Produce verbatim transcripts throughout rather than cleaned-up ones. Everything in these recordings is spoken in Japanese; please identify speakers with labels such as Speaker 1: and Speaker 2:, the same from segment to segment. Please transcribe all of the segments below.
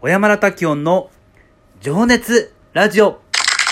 Speaker 1: 小山田滝音の情熱ラジオ。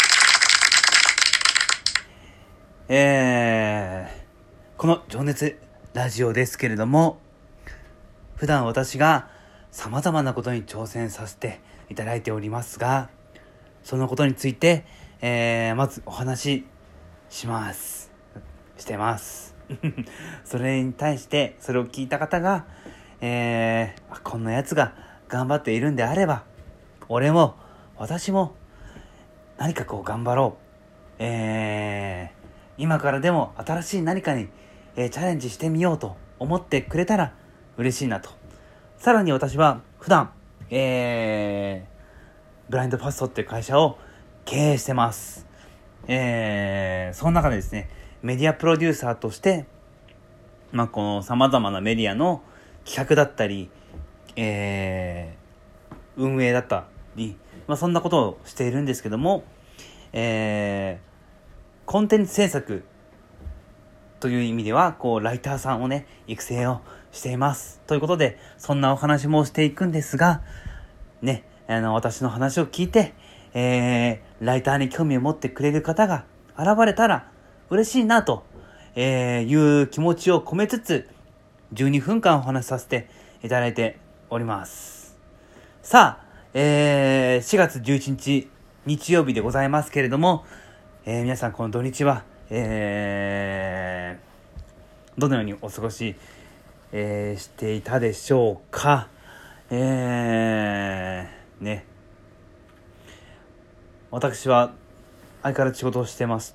Speaker 1: えー、この情熱ラジオですけれども、普段私が様々なことに挑戦させていただいておりますが、そのことについて、えー、まずお話ししますしてますそれに対してそれを聞いた方が、えー、こんなやつが頑張っているんであれば、俺も私も何かこう頑張ろう、えー、今からでも新しい何かに、えー、チャレンジしてみようと思ってくれたら嬉しいなと。さらに私は普段、えー、ブラインドファストっていう会社を経営してます。えー、その中でですね、メディアプロデューサーとして、まあ、この様々なメディアの企画だったり、えー、運営だったり、まあ、そんなことをしているんですけども、えー、コンテンツ制作という意味では、こう、ライターさんをね、育成をしています。ということで、そんなお話もしていくんですが、ね、あの、私の話を聞いて、えー、ライターに興味を持ってくれる方が現れたら嬉しいなと、えー、いう気持ちを込めつつ、じゅうにふんかんお話しさせていただいております。さあ、えー、しがつじゅういちにち日曜日でございますけれども、えー、皆さんこの土日は、えー、どのようにお過ごし、えー、していたでしょうか。えー、ね。私は相変わらず仕事をしてまして、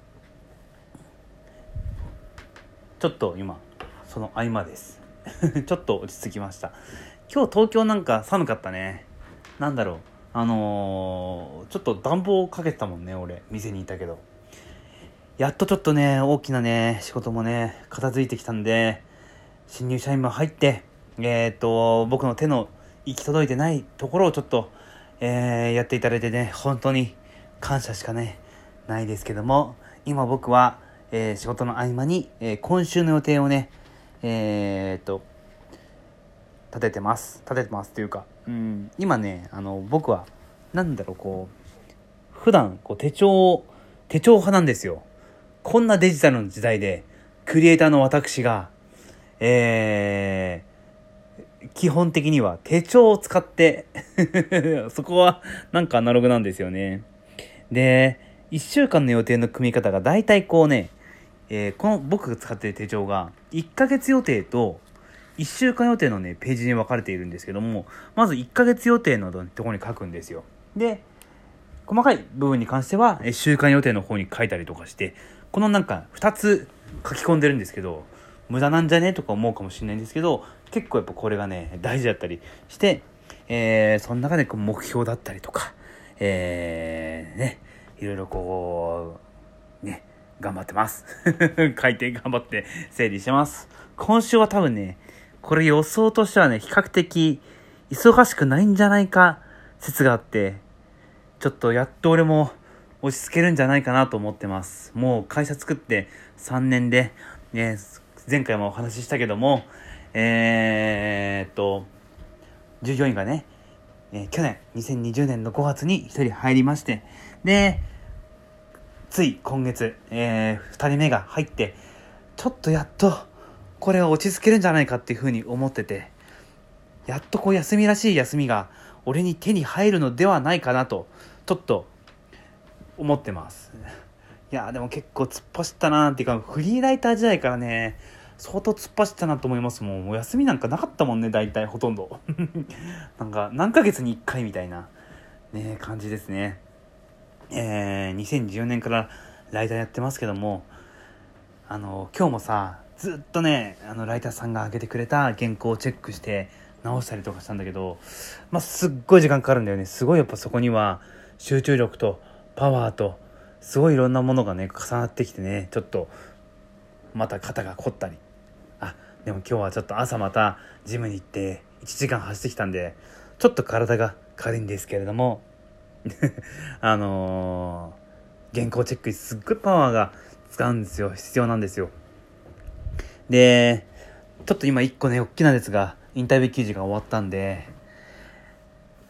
Speaker 1: ちょっと今その合間ですちょっと落ち着きました。今日東京なんか寒かったね。なんだろう、あのー、ちょっと暖房かけてたもんね。俺店にいたけど、やっとちょっとね大きなね仕事もね片付いてきたんで、新入社員も入って、えーっと僕の手の行き届いてないところをちょっと、えー、やっていただいてね、本当に感謝しかねないですけども、今僕は、えー、仕事の合間に、えー、今週の予定をねえー、っと立ててます立ててますというか、うん、今ねあの僕はなんだろうこう普段こう手帳手帳派なんですよ。こんなデジタルの時代でクリエイターの私が、えー、基本的には手帳を使ってそこはなんかアナログなんですよね。で、いっしゅうかんの予定の組み方がだいたいこうね、えー、この僕が使っている手帳がいっかげつ予定といっしゅうかん予定のねページに分かれているんですけども、まずいっかげつ予定のところに書くんですよ。で、細かい部分に関しては週間予定の方に書いたりとかして、このなんかふたつ書き込んでるんですけど、無駄なんじゃねとか思うかもしれないんですけど、結構やっぱこれがね大事だったりして、えー、その中でこう目標だったりとか、えー、ねいろいろこうね頑張ってます書いて頑張って整理してます。今週は多分ねこれ予想としてはね比較的忙しくないんじゃないか説があって、ちょっとやっと俺も落ち着けるんじゃないかなと思ってます。もう会社作ってさんねんで、ね、前回もお話ししたけども、えー、っと従業員がね、えー、去年にせんにじゅうねんのごがつにひとり入りまして、でつい今月、えー、ふたりめが入って、ちょっとやっとこれを落ち着けるんじゃないかっていう風に思ってて、やっとこう休みらしい休みが俺に手に入るのではないかなとちょっと思ってます。いやでも結構突っ走ったなーっていうか、フリーライター時代からね相当突っ走ったなと思いますもん。もう休みなんかなかったもんね、大体ほとんどなんか何ヶ月にいっかいみたいなね感じですね。えー、にせんじゅうよねんからライターやってますけども、あの今日もさずっとねあのライターさんが上げてくれた原稿をチェックして直したりとかしたんだけど、まあ、すっごい時間かかるんだよね。すごいやっぱそこには集中力とパワーとすごいいろんなものがね重なってきてね、ちょっとまた肩が凝ったり、あでも今日はちょっと朝またジムに行っていちじかん走ってきたんでちょっと体が軽いんですけれどもあのー、原稿チェックにすっごいパワーが使うんですよ。必要なんですよ。でちょっと今一個ね大きなですがインタビュー記事が終わったんで、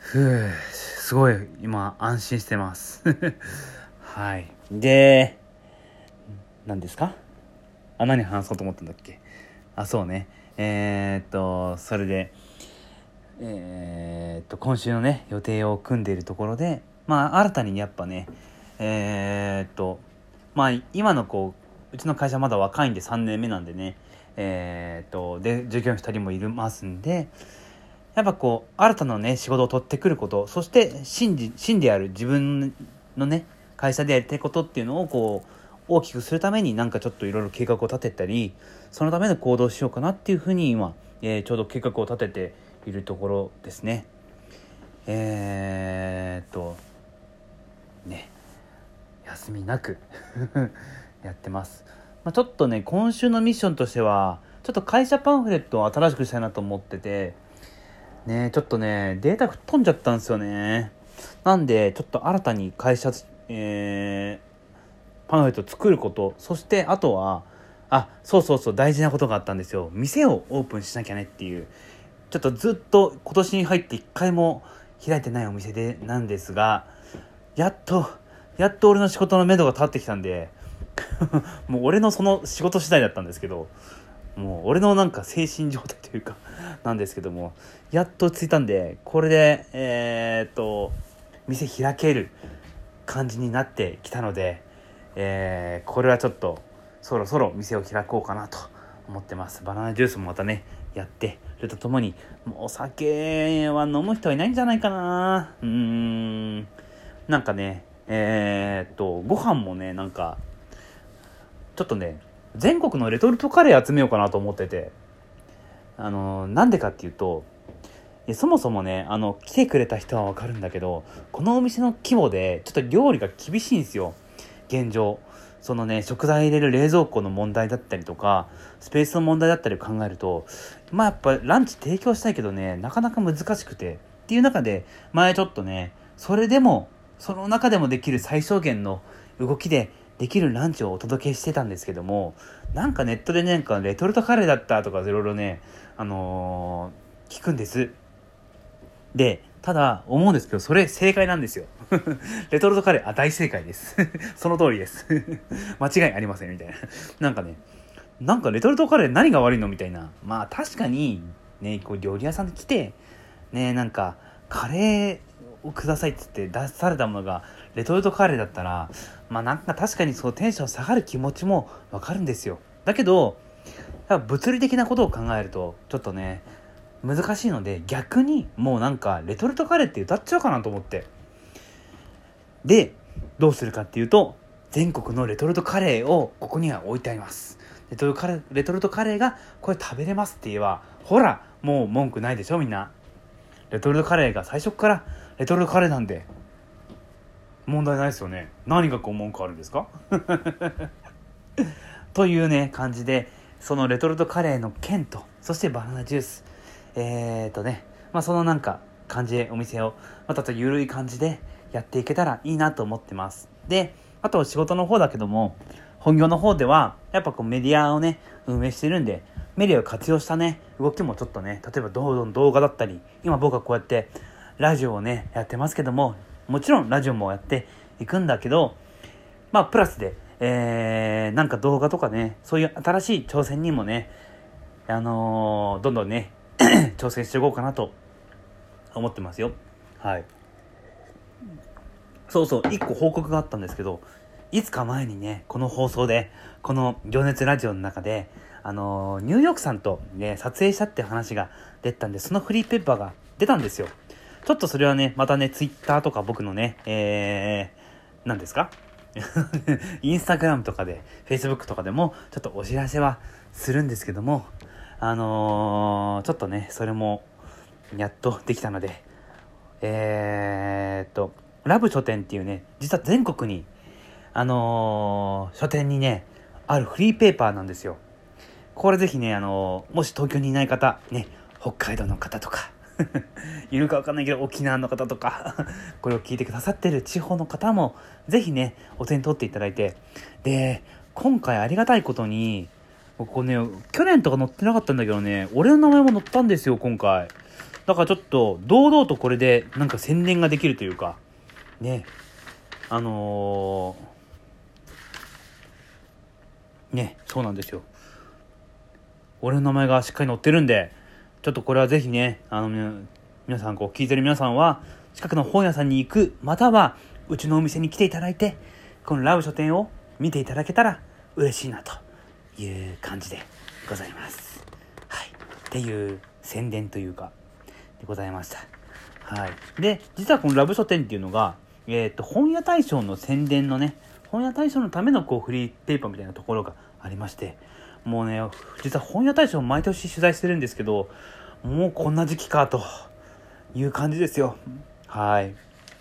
Speaker 1: ふう、すごい今安心してますはい。で、何ですか？あ、何話そうと思ったんだっけ？あ、そうね。えー、っとそれでえー、っと今週のね予定を組んでいるところで、まあ新たにやっぱねえー、っとまあ今のこううちの会社まだ若いんでさんねんめなんでね、えー、っとで従業員ふたりもいますんで、やっぱこう新たなね仕事を取ってくること、そして真じ真である自分のね会社でやりたいことっていうのをこう大きくするためになんかちょっといろいろ計画を立てたり、そのための行動をしようかなっていうふうに今、えー、ちょうど計画を立てているところですね。えー、っとね休みなくやってます。まあ、ちょっとね今週のミッションとしてはちょっと会社パンフレットを新しくしたいなと思っててね、ちょっとねデータ吹っ飛んじゃったんですよね。なんでちょっと新たに会社、えー、パンフレットを作ること、そしてあとはあそうそうそう大事なことがあったんですよ。店をオープンしなきゃねっていう、ちょっとずっと今年に入って一回も開いてないお店でなんですが、やっとやっと俺の仕事の目処が立ってきたんでもう俺のその仕事次第だったんですけど、もう俺のなんか精神状態というかなんですけども、やっと着いたんで、これでえー、っと店開ける感じになってきたので、えー、これはちょっとそろそろ店を開こうかなと思ってます。バナナジュースもまたねやってるとともに、もうお酒は飲む人はいないんじゃないかな。うーんなんかねえー、っとご飯もねなんかちょっとね全国のレトルトカレー集めようかなと思ってて、あのなんでかっていうと、そもそもねあの来てくれた人は分かるんだけど、このお店の規模でちょっと料理が厳しいんですよ現状。そのね食材入れる冷蔵庫の問題だったりとかスペースの問題だったりを考えると、まあやっぱランチ提供したいけどねなかなか難しくてっていう中で、前ちょっとねそれでもその中でもできる最小限の動きでできるランチをお届けしてたんですけども、なんかネットでねなんかレトルトカレーだったとかいろいろねあのー、聞くんです。でただ思うんですけど、それ正解なんですよレトルトカレー、あ大正解ですその通りです間違いありませんみたいななんかねなんかレトルトカレー何が悪いのみたいな。まあ確かにねこう料理屋さんに来てねなんかカレーをくださいって言って出されたものがレトルトカレーだったら、まあなんか確かにそうテンション下がる気持ちもわかるんですよ。だけど物理的なことを考えるとちょっとね難しいので、逆にもうなんかレトルトカレーって歌っちゃおうかなと思って、でどうするかっていうと、全国のレトルトカレーをここには置いてあります。レトルトカレー、レトルトカレーがこれ食べれますって言えば、ほらもう文句ないでしょみんな。レトルトカレーが最初からレトルトカレーなんで問題ないですよね。何がこう文句あるんですかというね感じで、そのレトルトカレーの件と、そしてバナナジュースえーとねまあそのなんか感じでお店をまたとゆるい感じでやっていけたらいいなと思ってます。であと仕事の方だけども、本業の方ではやっぱこうメディアをね運営してるんで、メディアを活用したね動きもちょっとね、例えばどん動画だったり、今僕はこうやってラジオをねやってますけども、もちろんラジオもやっていくんだけど、まあプラスでえー、なんか動画とかね、そういう新しい挑戦にもねあのー、どんどんね挑戦していこうかなと思ってますよ。はい。そうそう、一個報告があったんですけど、いつか前にねこの放送でこの情熱ラジオの中であのー、ニューヨークさんと、ね、撮影したって話が出たんで、そのフリーペーパーが出たんですよ。ちょっとそれはねまたねツイッターとか僕のねえー、何ですかインスタグラムとかでフェイスブックとかでもちょっとお知らせはするんですけども、あのー、ちょっとねそれもやっとできたので、えー、っとラブ書店っていうね、実は全国にあのー、書店にねあるフリーペーパーなんですよ。これぜひね、あのー、もし東京にいない方ね、北海道の方とかいるかわかんないけど沖縄の方とかこれを聞いてくださってる地方の方もぜひねお手に取っていただいて、で今回ありがたいことにここね去年とか載ってなかったんだけどね、俺の名前も載ったんですよ今回。 だからちょっと堂々とこれでなんか宣伝ができるというかね、あのー、ね、そうなんですよ。俺の名前がしっかり載ってるんで、ちょっとこれはぜひね、あの皆さん、こう聞いてる皆さんは近くの本屋さんに行く、またはうちのお店に来ていただいて、このラブ書店を見ていただけたら嬉しいなという感じでございます。はい、っていう宣伝というかでございました。はい。で、実はこのラブ書店っていうのが、えっと本屋大賞の宣伝のね、本屋大賞のためのこうフリーペーパーみたいなところがありまして、もうね、実は本屋大賞を毎年取材してるんですけど、もうこんな時期かという感じですよ。はい。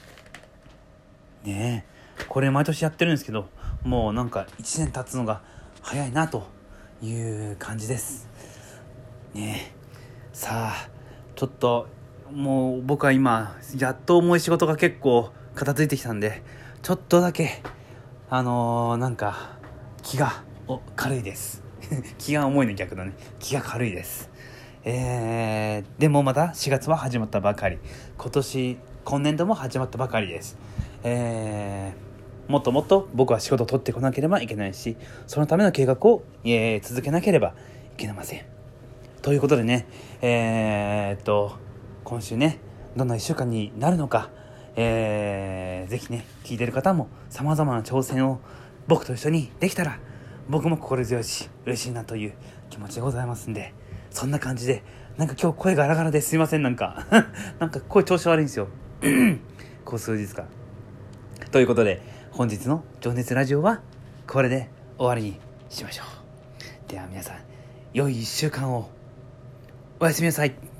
Speaker 1: ねえ、これ毎年やってるんですけど、もうなんかいちねん経つのが早いなという感じです。ねえ、さあ、ちょっともう僕は今やっと重い仕事が結構片付いてきたんで、ちょっとだけあのー、なんか気がお軽いです気が重いの逆だね。気が軽いです。えー、でもまたしがつは始まったばかり、今年今年度も始まったばかりです。えー、もっともっと僕は仕事を取ってこなければいけないし、そのための計画を、えー、続けなければいけません。ということでね、えー、っと今週ね、どんないっしゅうかんになるのか、えー、ぜひね、聞いてる方も様々な挑戦を僕と一緒にできたら、僕も心強いし嬉しいなという気持ちでございますんで、そんな感じで、なんか今日声ガラガラですいません、なんかなんか声調子悪いんですよこう数日間ということで、本日の情熱ラジオはこれで終わりにしましょう。では皆さん、良いいっしゅうかんをおやすみなさい。